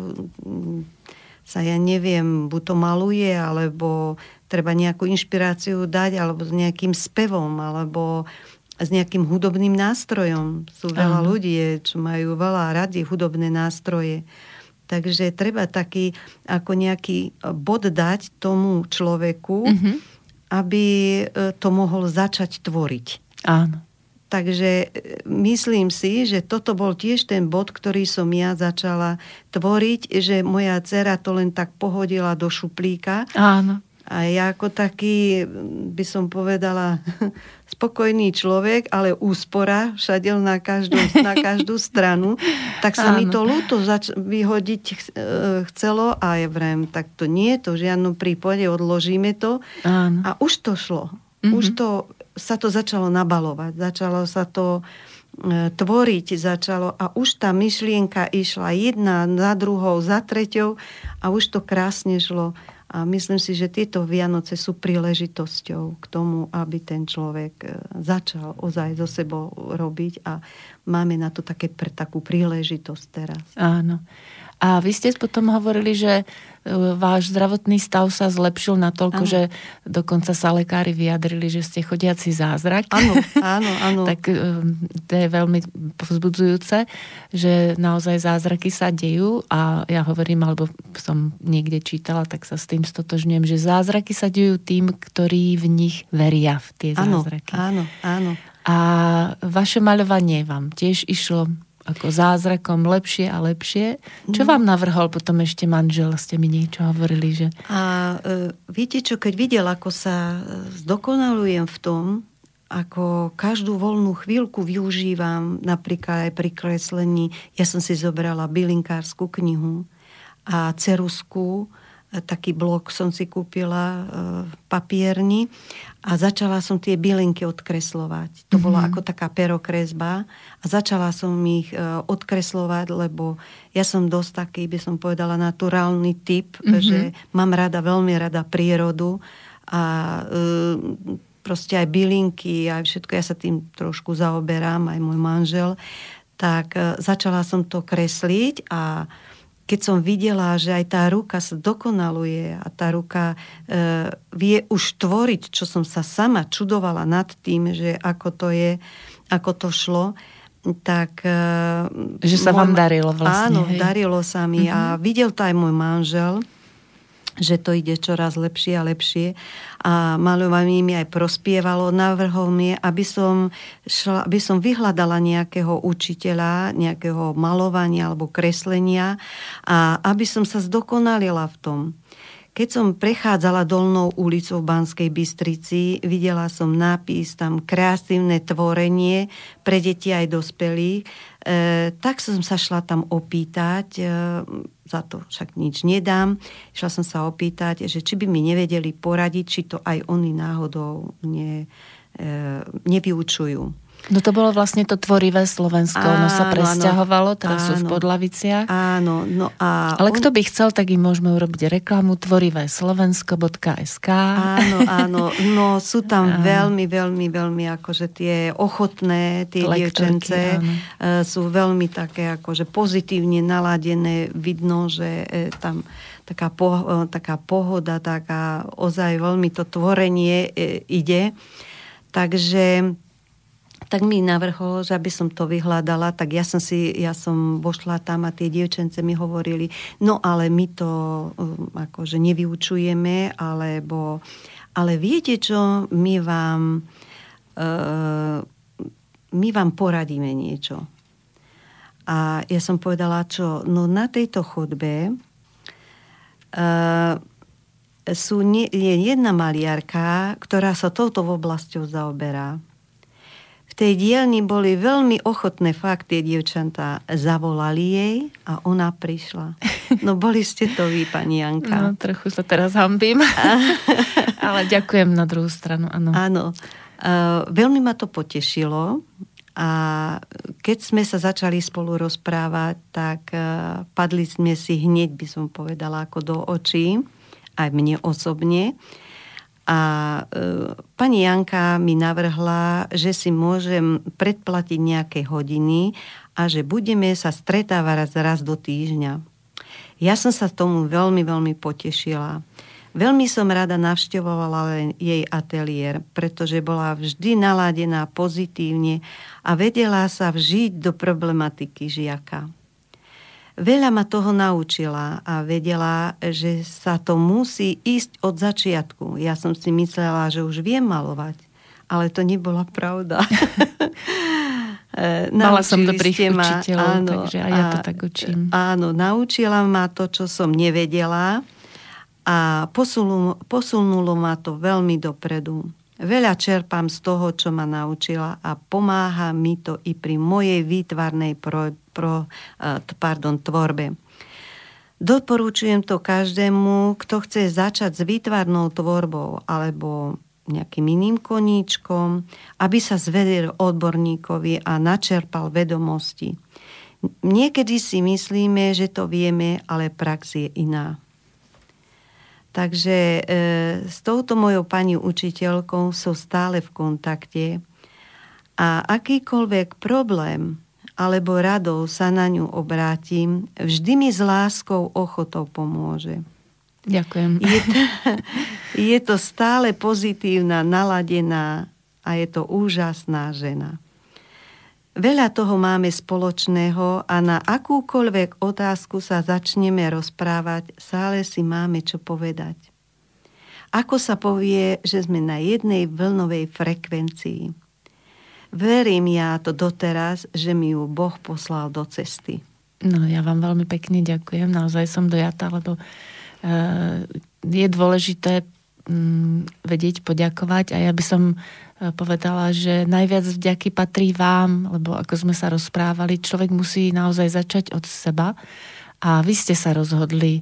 sa, ja neviem, buď to maluje, alebo treba nejakú inšpiráciu dať, alebo s nejakým spevom, alebo s nejakým hudobným nástrojom. Sú veľa ľudí, čo majú veľa radi hudobné nástroje. Takže treba taký, ako nejaký bod dať tomu človeku, aby to mohol začať tvoriť. Áno. Takže myslím si, že toto bol tiež ten bod, ktorý som ja začala tvoriť, že moja dcera to len tak pohodila do šuplíka. Áno. A ja ako taký, by som povedala, spokojný človek, ale úspora všade na každú stranu, tak sa mi to ľúto vyhodiť chcelo a ja vrem, tak to nie je to v žiadnom prípade, odložíme to. Áno. A už to šlo. Už sa to začalo nabalovať, začalo sa to tvoriť, a už tá myšlienka išla jedna za druhou, za treťou a už to krásne šlo. A myslím si, že tieto Vianoce sú príležitosťou k tomu, aby ten človek začal ozaj so sebou robiť a máme na to takú príležitosť teraz. Áno. A vy ste potom hovorili, že váš zdravotný stav sa zlepšil natoľko, že dokonca sa lekári vyjadrili, že ste chodiaci zázrak. Áno. Tak to je veľmi povzbudzujúce, že naozaj zázraky sa dejú a ja hovorím, alebo som niekde čítala, tak sa s tým stotožňujem, že zázraky sa dejú tým, ktorí v nich veria v tie zázraky. Áno. A vaše maľovanie vám tiež išlo ako zázrakom lepšie a lepšie. Čo vám navrhol potom ešte manžel? Ste mi niečo hovorili, že... A viete čo, keď videl, ako sa zdokonalujem v tom, ako každú voľnú chvíľku využívam, napríklad aj pri kreslení, ja som si zobrala bylinkárskú knihu a ceruzku, taký blok som si kúpila v papierni a začala som tie bylinky odkreslovať. To bola ako taká perokresba a začala som ich odkreslovať, lebo ja som dosť taký, by som povedala, naturálny typ, že mám veľmi rada prírodu a proste aj bylinky, aj všetko, ja sa tým trošku zaoberám, aj môj manžel, tak začala som to kresliť a keď som videla, že aj tá ruka sa dokonaluje a tá ruka vie už tvoriť, čo som sa sama čudovala nad tým, že ako to je, ako to šlo, tak... Že sa vám darilo vlastne. Áno, darilo sa mi a videl to aj môj manžel, že to ide čoraz lepšie a lepšie a maľovanie mi aj prospievalo, navrhol mi, aby som vyhľadala nejakého učiteľa, nejakého malovania alebo kreslenia a aby som sa zdokonalila v tom. Keď som prechádzala Dolnou ulicou v Banskej Bystrici, videla som nápis tam kreatívne tvorenie pre deti aj dospelých, tak som sa šla tam opýtať, za to však nič nedám. Šla som sa opýtať, že či by mi nevedeli poradiť, či to aj oni náhodou nevyučujú. No to bolo vlastne to tvorivé Slovensko. Ono sa presťahovalo, teraz sú v Podlaviciach. Áno. No ale kto by chcel, tak im môžeme urobiť reklamu tvoriveSlovensko.sk. Áno. No sú tam veľmi, veľmi, veľmi akože tie ochotné, tie dievčence sú veľmi také akože pozitívne naladené. Vidno, že tam taká pohoda, taká ozaj veľmi to tvorenie ide. Takže tak mi navrhol, že aby som to vyhľadala, tak ja som vošla tam a tie dievčence mi hovorili, no ale my to akože nevyučujeme, ale viete čo, my vám poradíme niečo. A ja som povedala, čo? No na tejto chodbe je jedna maliarka, ktorá sa touto oblasťou zaoberá. V tej dielni boli veľmi ochotné fakt, tie dievčatá zavolali jej a ona prišla. No boli ste to vy, pani Janka. No, trochu sa teraz hanbím. Ale ďakujem na druhú stranu, áno. Áno. Veľmi ma to potešilo a keď sme sa začali spolu rozprávať, tak padli sme si hneď, by som povedala, ako do očí, aj mne osobne. A pani Janka mi navrhla, že si môžem predplatiť nejaké hodiny a že budeme sa stretávať raz do týždňa. Ja som sa tomu veľmi, veľmi potešila. Veľmi som rada navštevovala jej ateliér, pretože bola vždy naladená pozitívne a vedela sa vžiť do problematiky žiaka. Veľa ma toho naučila a vedela, že sa to musí ísť od začiatku. Ja som si myslela, že už viem malovať, ale to nebola pravda. Mala som dobrých učiteľov, takže aj ja to tak učím. Áno, naučila ma to, čo som nevedela a posunulo ma to veľmi dopredu. Veľa čerpám z toho, čo ma naučila a pomáha mi to i pri mojej výtvarnej tvorbe. Doporučujem to každému, kto chce začať s výtvarnou tvorbou alebo nejakým iným koníčkom, aby sa zvedel odborníkovi a načerpal vedomosti. Niekedy si myslíme, že to vieme, ale prax je iná. Takže s touto mojou pani učiteľkou som stále v kontakte a akýkoľvek problém alebo radou sa na ňu obrátim, vždy mi s láskou, ochotou pomôže. Ďakujem. Je to stále pozitívna, naladená a je to úžasná žena. Veľa toho máme spoločného a na akúkoľvek otázku sa začneme rozprávať, stále si máme čo povedať. Ako sa povie, že sme na jednej vlnovej frekvencii. Verím ja to doteraz, že mi ju Boh poslal do cesty. No, ja vám veľmi pekne ďakujem. Naozaj som dojatá, lebo je dôležité vedieť poďakovať a ja by som povedala, že najviac vďaky patrí vám, lebo ako sme sa rozprávali, človek musí naozaj začať od seba a vy ste sa rozhodli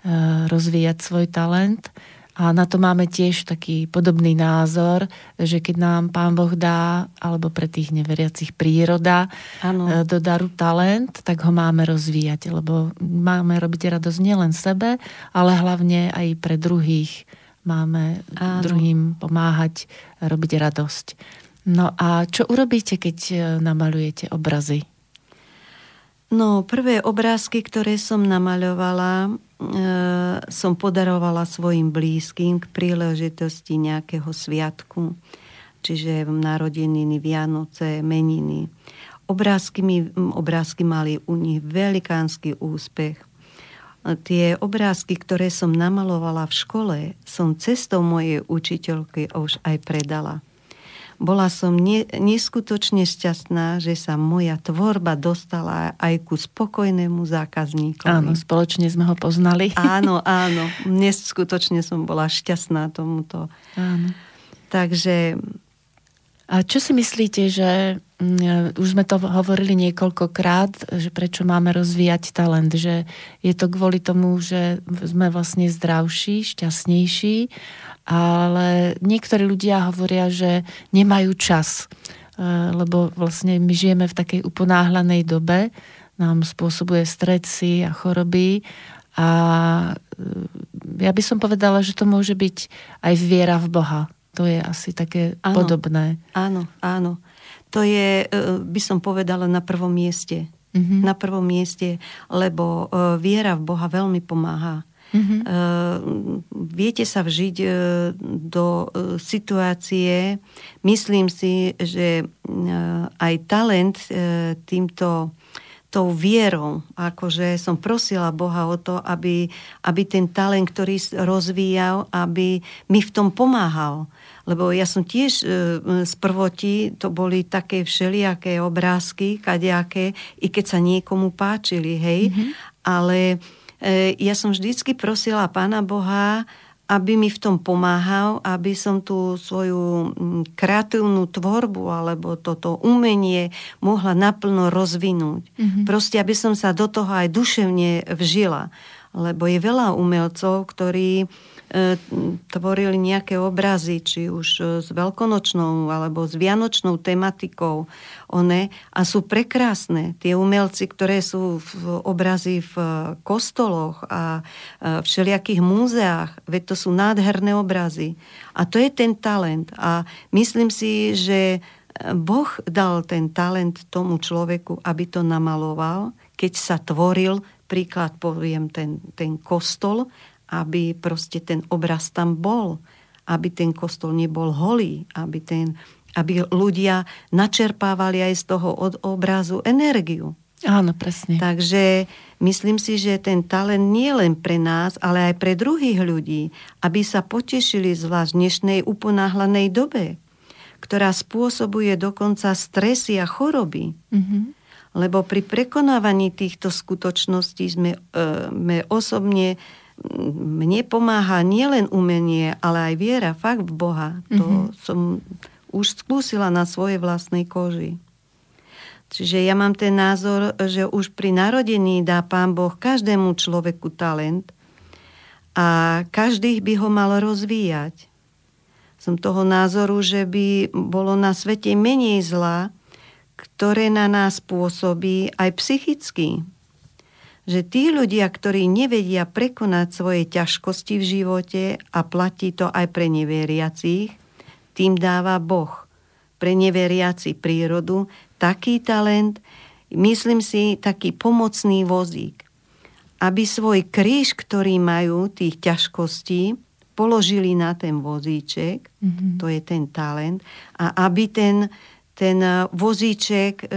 rozvíjať svoj talent. A na to máme tiež taký podobný názor, že keď nám Pán Boh dá, alebo pre tých neveriacich príroda, do daru talent, tak ho máme rozvíjať, lebo máme robiť radosť nielen sebe, ale hlavne aj pre druhých. Máme druhým pomáhať robiť radosť. No a čo urobíte, keď namaľujete obrazy? No, prvé obrázky, ktoré som namaľovala, som podarovala svojim blízkym k príležitosti nejakého sviatku, čiže narodeniny, Vianoce, meniny. Obrázky mali u nich velikánsky úspech. Tie obrázky, ktoré som namalovala v škole, som cestou mojej učiteľky už aj predala. Bola som neskutočne šťastná, že sa moja tvorba dostala aj ku spokojnému zákazníkovi. Áno, spoločne sme ho poznali. Áno. Neskutočne som bola šťastná tomuto. Áno. Takže... A čo si myslíte, že už sme to hovorili niekoľkokrát, že prečo máme rozvíjať talent, že je to kvôli tomu, že sme vlastne zdravší, šťastnejší, ale niektorí ľudia hovoria, že nemajú čas, lebo vlastne my žijeme v takej uponáhlanej dobe, nám spôsobuje stresy a choroby a ja by som povedala, že to môže byť aj viera v Boha. To je asi také podobné. Áno. To je, by som povedala, na prvom mieste. Mm-hmm. Na prvom mieste, lebo viera v Boha veľmi pomáha. Mm-hmm. Viete sa vžiť do situácie. Myslím si, že aj talent tou vierou, akože som prosila Boha o to, aby ten talent, ktorý rozvíjal, aby mi v tom pomáhal. Lebo ja som tiež z prvoti, to boli také všelijaké obrázky, kadejaké, i keď sa niekomu páčili, hej. Mm-hmm. Ale ja som vždycky prosila Pána Boha, aby mi v tom pomáhal, aby som tú svoju kreatívnu tvorbu alebo toto umenie mohla naplno rozvinúť. Mm-hmm. Proste, aby som sa do toho aj duševne vžila. Lebo je veľa umelcov, ktorí tvorili nejaké obrazy, či už s veľkonočnou alebo s vianočnou tematikou, a sú prekrásne. Tie umelci, ktoré sú v obrazy v kostoloch a všelijakých múzeách, veď to sú nádherné obrazy. A to je ten talent. A myslím si, že Boh dal ten talent tomu človeku, aby to namaloval, keď sa tvoril, príklad poviem, ten kostol, aby proste ten obraz tam bol, aby ten kostol nebol holý, aby ľudia načerpávali aj z toho obrazu energiu. Áno, presne. Takže myslím si, že ten talent nie len pre nás, ale aj pre druhých ľudí, aby sa potešili zvlášť v dnešnej uponáhlanej dobe, ktorá spôsobuje dokonca stresy a choroby. Mm-hmm. Lebo pri prekonávaní týchto skutočností sme osobne, mne pomáha nielen umenie, ale aj viera fakt v Boha. Mm-hmm. To som už skúsila na svojej vlastnej koži. Čiže ja mám ten názor, že už pri narodení dá Pán Boh každému človeku talent a každý by ho mal rozvíjať. Som toho názoru, že by bolo na svete menej zla, ktoré na nás pôsobí aj psychicky. Že tí ľudia, ktorí nevedia prekonať svoje ťažkosti v živote a platí to aj pre neveriacich, tým dáva Boh pre neveriaci prírodu taký talent, myslím si, taký pomocný vozík, aby svoj kríž, ktorý majú tých ťažkostí, položili na ten vozíček, to je ten talent, a aby ten vozíček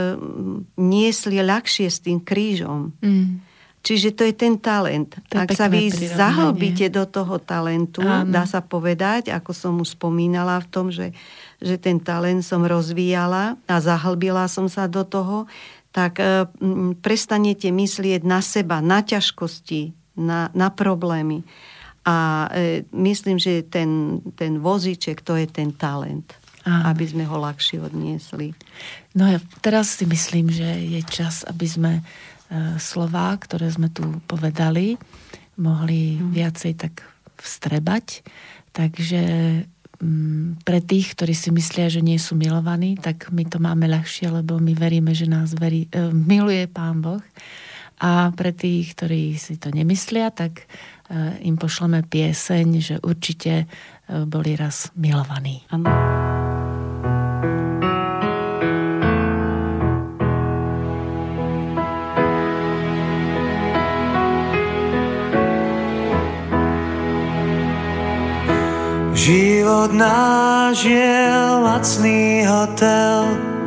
niesli ľahšie s tým krížom. Čiže to je ten talent. Ak sa vy zahlbíte do toho talentu, dá sa povedať, ako som už spomínala v tom, že ten talent som rozvíjala a zahlbila som sa do toho, tak prestanete myslieť na seba, na ťažkosti, na problémy. A myslím, že ten vozíček, to je ten talent. Aby sme ho ľahšie odniesli. No ja teraz si myslím, že je čas, aby sme slová, ktoré sme tu povedali, mohli viacej tak vstrebať. Takže pre tých, ktorí si myslia, že nie sú milovaní, tak my to máme ľahšie, lebo my veríme, že nás miluje Pán Boh. A pre tých, ktorí si to nemyslia, tak im pošleme pieseň, že určite boli raz milovaní. Áno. Život náš je lacný hotel,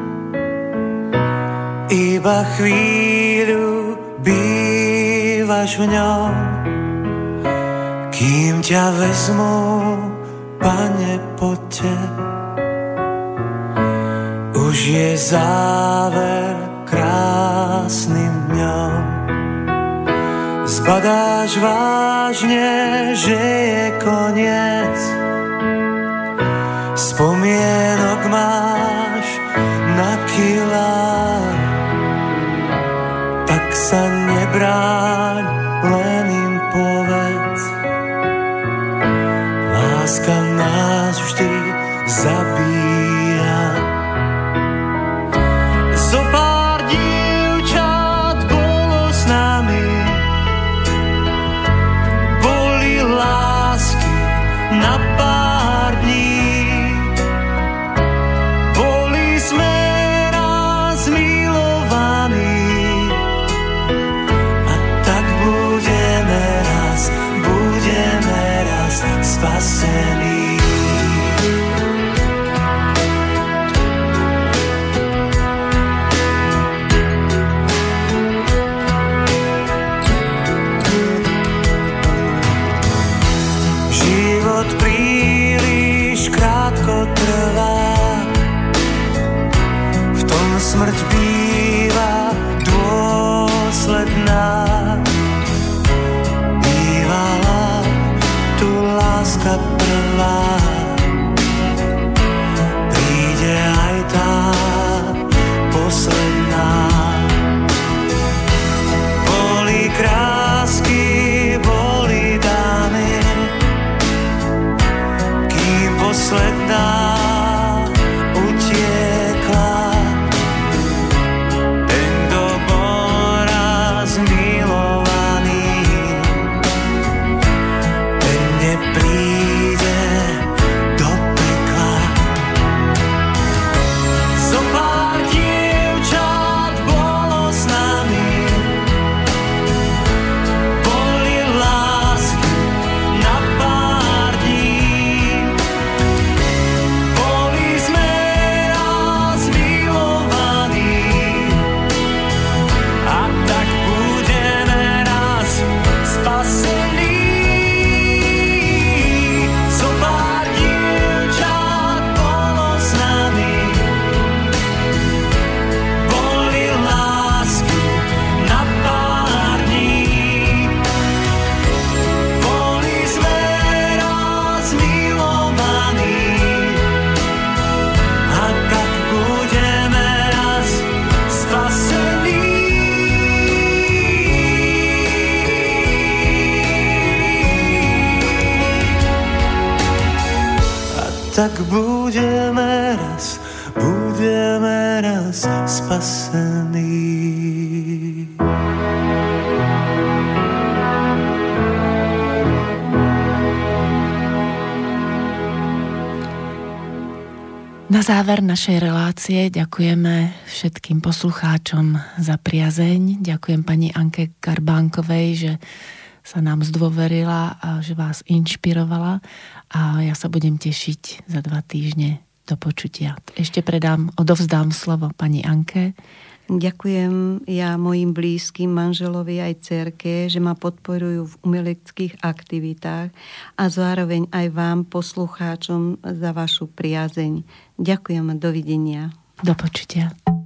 iba chvíľu bývaš v ňom, kým ťa vezmú, Pane, poďte. Už je záver krásnym dňom. Zbadáš vážne, že je koniec. Spomienok máš na kilá, tak sa nebráň, len im povedz. Láska nás vždy zabíja. Zopár dievčat bolo s nami, boli lásky na pár dní. Spasení. Život príliš krátko trvá, v tom smrť býva dôsledná. Láska prvá, príde aj tá posledná. Boli krásky, boli dámy, kým posledná utiekla. Ten, kto bol raz milovaný, ten nepríde do pekla. Zopár dievčat bolo s nami, boli lásky na pár dní. Boli sme raz milovaní, a tak budeme raz spasení. Zopár dievčat bolo s nami, boli lásky na pár dní. Boli sme raz milovaní, a tak budeme raz spasení. A tak budeme raz spasení. Na záver našej relácie ďakujeme všetkým poslucháčom za priazeň. Ďakujem pani Anke Garbánkovej, že sa nám zdôverila a že vás inšpirovala. A ja sa budem tešiť za 2 týždne do počutia. Ešte odovzdám slovo pani Anke. Ďakujem ja mojim blízkym, manželovi aj dcerke, že ma podporujú v umeleckých aktivitách a zároveň aj vám, poslucháčom, za vašu priazeň. Ďakujem a dovidenia. Do počutia.